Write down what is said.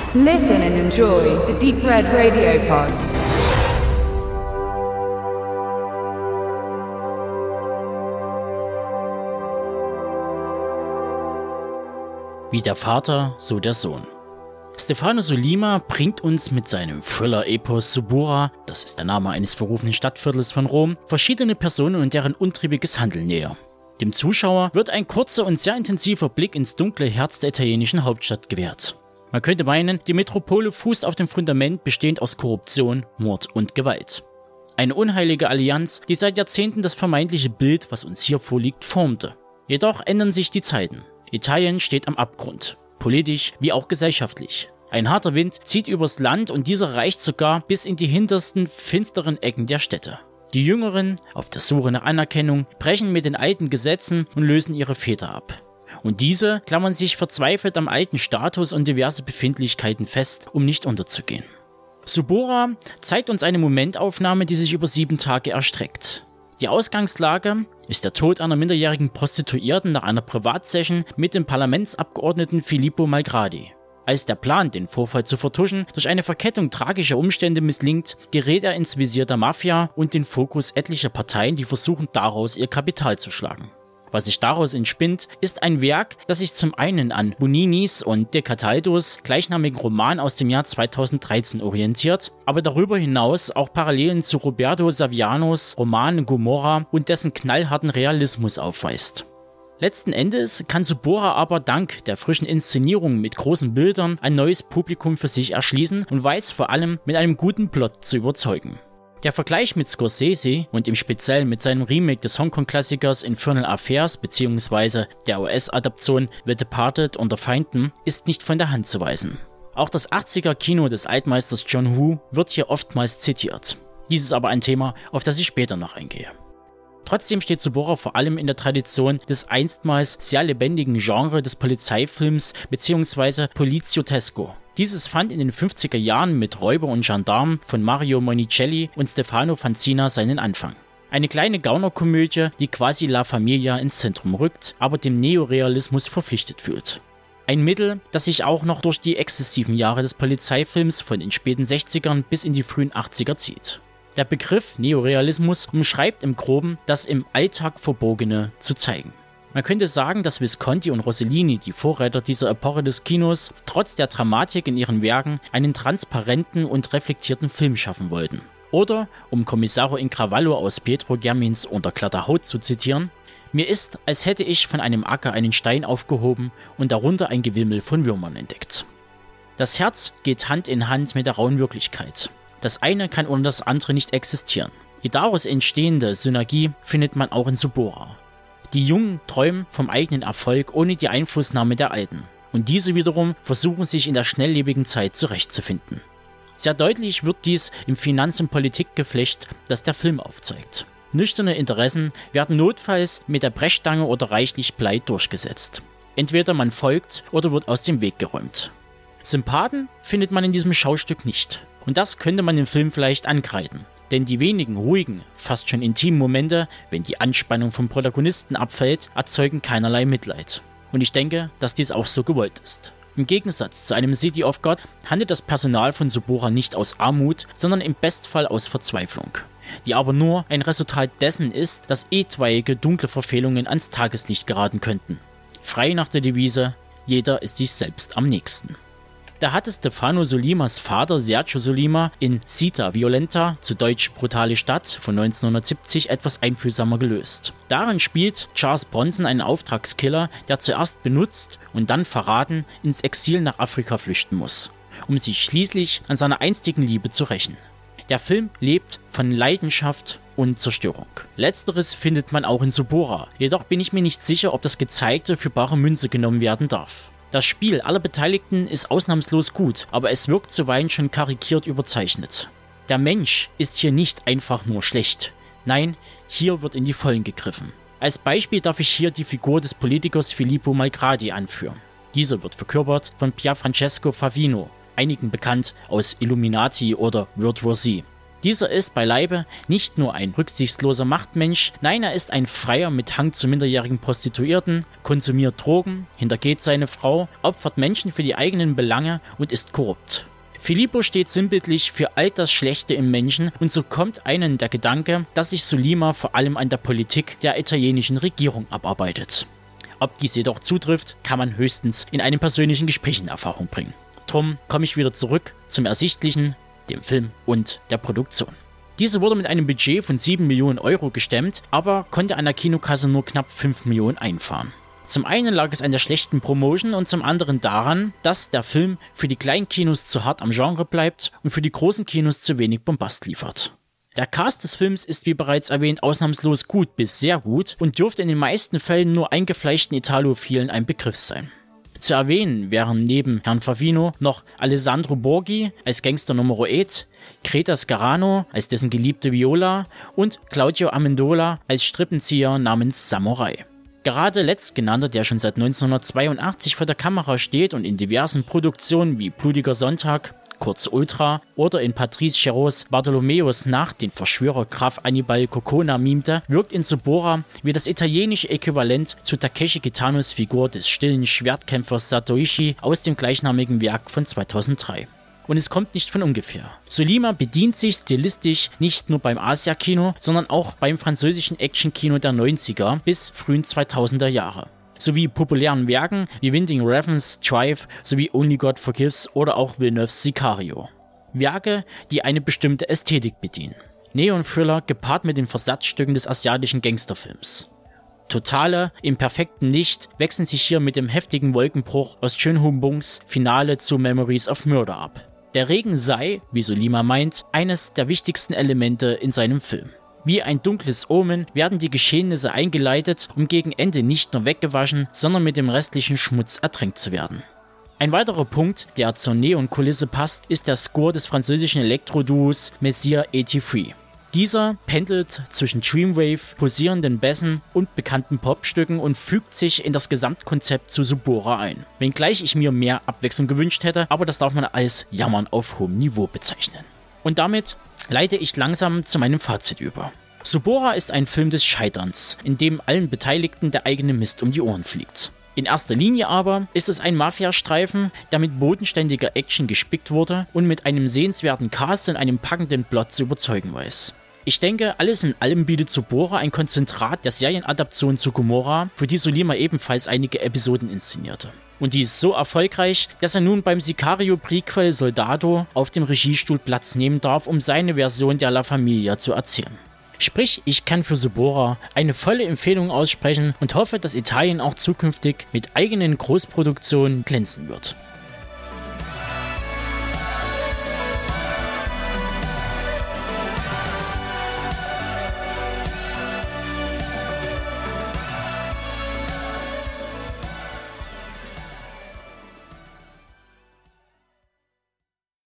Listen and enjoy the Deep Red Radio Pod. Wie der Vater, so der Sohn. Stefano Sollima bringt uns mit seinem Thriller-Epos Suburra, das ist der Name eines verrufenen Stadtviertels von Rom, verschiedene Personen und deren untriebiges Handeln näher. Dem Zuschauer wird ein kurzer und sehr intensiver Blick ins dunkle Herz der italienischen Hauptstadt gewährt. Man könnte meinen, die Metropole fußt auf dem Fundament bestehend aus Korruption, Mord und Gewalt. Eine unheilige Allianz, die seit Jahrzehnten das vermeintliche Bild, was uns hier vorliegt, formte. Jedoch ändern sich die Zeiten. Italien steht am Abgrund. Politisch wie auch gesellschaftlich. Ein harter Wind zieht übers Land und dieser reicht sogar bis in die hintersten, finsteren Ecken der Städte. Die Jüngeren, auf der Suche nach Anerkennung, brechen mit den alten Gesetzen und lösen ihre Väter ab. Und diese klammern sich verzweifelt am alten Status und diverse Befindlichkeiten fest, um nicht unterzugehen. Suburra zeigt uns eine Momentaufnahme, die sich über 7 Tage erstreckt. Die Ausgangslage ist der Tod einer minderjährigen Prostituierten nach einer Privatsession mit dem Parlamentsabgeordneten Filippo Malgradi. Als der Plan, den Vorfall zu vertuschen, durch eine Verkettung tragischer Umstände misslingt, gerät er ins Visier der Mafia und den Fokus etlicher Parteien, die versuchen, daraus ihr Kapital zu schlagen. Was sich daraus entspinnt, ist ein Werk, das sich zum einen an Boninis und De Cataldos gleichnamigen Roman aus dem Jahr 2013 orientiert, aber darüber hinaus auch Parallelen zu Roberto Savianos Roman Gomorra und dessen knallharten Realismus aufweist. Letzten Endes kann Suburra aber dank der frischen Inszenierung mit großen Bildern ein neues Publikum für sich erschließen und weiß vor allem mit einem guten Plot zu überzeugen. Der Vergleich mit Scorsese und im Speziellen mit seinem Remake des Hongkong-Klassikers Infernal Affairs bzw. der US-Adaption The Departed unter Feinden ist nicht von der Hand zu weisen. Auch das 80er-Kino des Altmeisters John Woo wird hier oftmals zitiert. Dies ist aber ein Thema, auf das ich später noch eingehe. Trotzdem steht Suburra vor allem in der Tradition des einstmals sehr lebendigen Genres des Polizeifilms bzw. Poliziotesco. Dieses fand in den 50er Jahren mit Räuber und Gendarm von Mario Monicelli und Stefano Fanzina seinen Anfang. Eine kleine Gaunerkomödie, die quasi La Familia ins Zentrum rückt, aber dem Neorealismus verpflichtet fühlt. Ein Mittel, das sich auch noch durch die exzessiven Jahre des Polizeifilms von den späten 60ern bis in die frühen 80er zieht. Der Begriff Neorealismus umschreibt im Groben das im Alltag Verbogene zu zeigen. Man könnte sagen, dass Visconti und Rossellini, die Vorreiter dieser Epoche des Kinos, trotz der Dramatik in ihren Werken einen transparenten und reflektierten Film schaffen wollten. Oder, um Commissaro Incavallo aus Pietro Germins Unter glatter Haut zu zitieren, mir ist, als hätte ich von einem Acker einen Stein aufgehoben und darunter ein Gewimmel von Würmern entdeckt. Das Herz geht Hand in Hand mit der rauen Wirklichkeit. Das eine kann ohne das andere nicht existieren. Die daraus entstehende Synergie findet man auch in Suburra. Die Jungen träumen vom eigenen Erfolg ohne die Einflussnahme der Alten. Und diese wiederum versuchen sich in der schnelllebigen Zeit zurechtzufinden. Sehr deutlich wird dies im Finanz- und Politikgeflecht, das der Film aufzeigt. Nüchterne Interessen werden notfalls mit der Brechstange oder reichlich Blei durchgesetzt. Entweder man folgt oder wird aus dem Weg geräumt. Sympathen findet man in diesem Schaustück nicht. Und das könnte man im Film vielleicht ankreiden. Denn die wenigen ruhigen, fast schon intimen Momente, wenn die Anspannung vom Protagonisten abfällt, erzeugen keinerlei Mitleid. Und ich denke, dass dies auch so gewollt ist. Im Gegensatz zu einem City of God handelt das Personal von Suburra nicht aus Armut, sondern im Bestfall aus Verzweiflung. Die aber nur ein Resultat dessen ist, dass etwaige dunkle Verfehlungen ans Tageslicht geraten könnten. Frei nach der Devise, jeder ist sich selbst am nächsten. Da hatte Stefano Sollimas Vater Sergio Sollima in Città Violenta, zu Deutsch Brutale Stadt, von 1970 etwas einfühlsamer gelöst. Darin spielt Charles Bronson einen Auftragskiller, der zuerst benutzt und dann verraten ins Exil nach Afrika flüchten muss, um sich schließlich an seiner einstigen Liebe zu rächen. Der Film lebt von Leidenschaft und Zerstörung. Letzteres findet man auch in Suburra, jedoch bin ich mir nicht sicher, ob das Gezeigte für bare Münze genommen werden darf. Das Spiel aller Beteiligten ist ausnahmslos gut, aber es wirkt zuweilen schon karikiert überzeichnet. Der Mensch ist hier nicht einfach nur schlecht. Nein, hier wird in die Vollen gegriffen. Als Beispiel darf ich hier die Figur des Politikers Filippo Malgradi anführen. Dieser wird verkörpert von Pierfrancesco Favino, einigen bekannt aus Illuminati oder World War Z. Dieser ist beileibe nicht nur ein rücksichtsloser Machtmensch, nein, er ist ein Freier mit Hang zu minderjährigen Prostituierten, konsumiert Drogen, hintergeht seine Frau, opfert Menschen für die eigenen Belange und ist korrupt. Filippo steht sinnbildlich für all das Schlechte im Menschen und so kommt einem der Gedanke, dass sich Sollima vor allem an der Politik der italienischen Regierung abarbeitet. Ob dies jedoch zutrifft, kann man höchstens in einem persönlichen Gespräch in Erfahrung bringen. Drum komme ich wieder zurück zum Ersichtlichen, dem Film und der Produktion. Diese wurde mit einem Budget von 7 Millionen Euro gestemmt, aber konnte an der Kinokasse nur knapp 5 Millionen einfahren. Zum einen lag es an der schlechten Promotion und zum anderen daran, dass der Film für die kleinen Kinos zu hart am Genre bleibt und für die großen Kinos zu wenig Bombast liefert. Der Cast des Films ist wie bereits erwähnt ausnahmslos gut bis sehr gut und dürfte in den meisten Fällen nur eingefleischten Italophilen ein Begriff sein. Zu erwähnen wären neben Herrn Favino noch Alessandro Borghi als Gangster Numero 8, Greta Scarano als dessen geliebte Viola und Claudio Amendola als Strippenzieher namens Samurai. Gerade letztgenannter, der schon seit 1982 vor der Kamera steht und in diversen Produktionen wie Blutiger Sonntag, kurz Ultra, oder in Patrice Chéreaus Bartholomeus Nacht den Verschwörer Graf Annibal Cocona mimte, wirkt in Suburra wie das italienische Äquivalent zu Takeshi Kitanos Figur des stillen Schwertkämpfers Satoichi aus dem gleichnamigen Werk von 2003. Und es kommt nicht von ungefähr. Sollima bedient sich stilistisch nicht nur beim Asia-Kino, sondern auch beim französischen Action-Kino der 90er bis frühen 2000er Jahre. Sowie populären Werken wie Winding Refn's Drive sowie Only God Forgives oder auch Villeneuve's Sicario. Werke, die eine bestimmte Ästhetik bedienen. Neon-Thriller gepaart mit den Versatzstücken des asiatischen Gangsterfilms. Totale, im perfekten Licht wechseln sich hier mit dem heftigen Wolkenbruch aus Chun Hung-bungs Finale zu Memories of Murder ab. Der Regen sei, wie Sollima meint, eines der wichtigsten Elemente in seinem Film. Wie ein dunkles Omen werden die Geschehnisse eingeleitet, um gegen Ende nicht nur weggewaschen, sondern mit dem restlichen Schmutz ertränkt zu werden. Ein weiterer Punkt, der zur Neon-Kulisse passt, ist der Score des französischen Elektro-Duos Messiah 83. Dieser pendelt zwischen Dreamwave, pulsierenden Bässen und bekannten Popstücken und fügt sich in das Gesamtkonzept zu Suburra ein. Wenngleich ich mir mehr Abwechslung gewünscht hätte, aber das darf man als Jammern auf hohem Niveau bezeichnen. Und damit leite ich langsam zu meinem Fazit über. Suburra ist ein Film des Scheiterns, in dem allen Beteiligten der eigene Mist um die Ohren fliegt. In erster Linie aber ist es ein Mafia-Streifen, der mit bodenständiger Action gespickt wurde und mit einem sehenswerten Cast und einem packenden Plot zu überzeugen weiß. Ich denke, alles in allem bietet Suburra ein Konzentrat der Serienadaption zu Gomorra, für die Sollima ebenfalls einige Episoden inszenierte. Und die ist so erfolgreich, dass er nun beim Sicario-Prequel Soldado auf dem Regiestuhl Platz nehmen darf, um seine Version der La Familia zu erzählen. Sprich, ich kann für Suburra eine volle Empfehlung aussprechen und hoffe, dass Italien auch zukünftig mit eigenen Großproduktionen glänzen wird.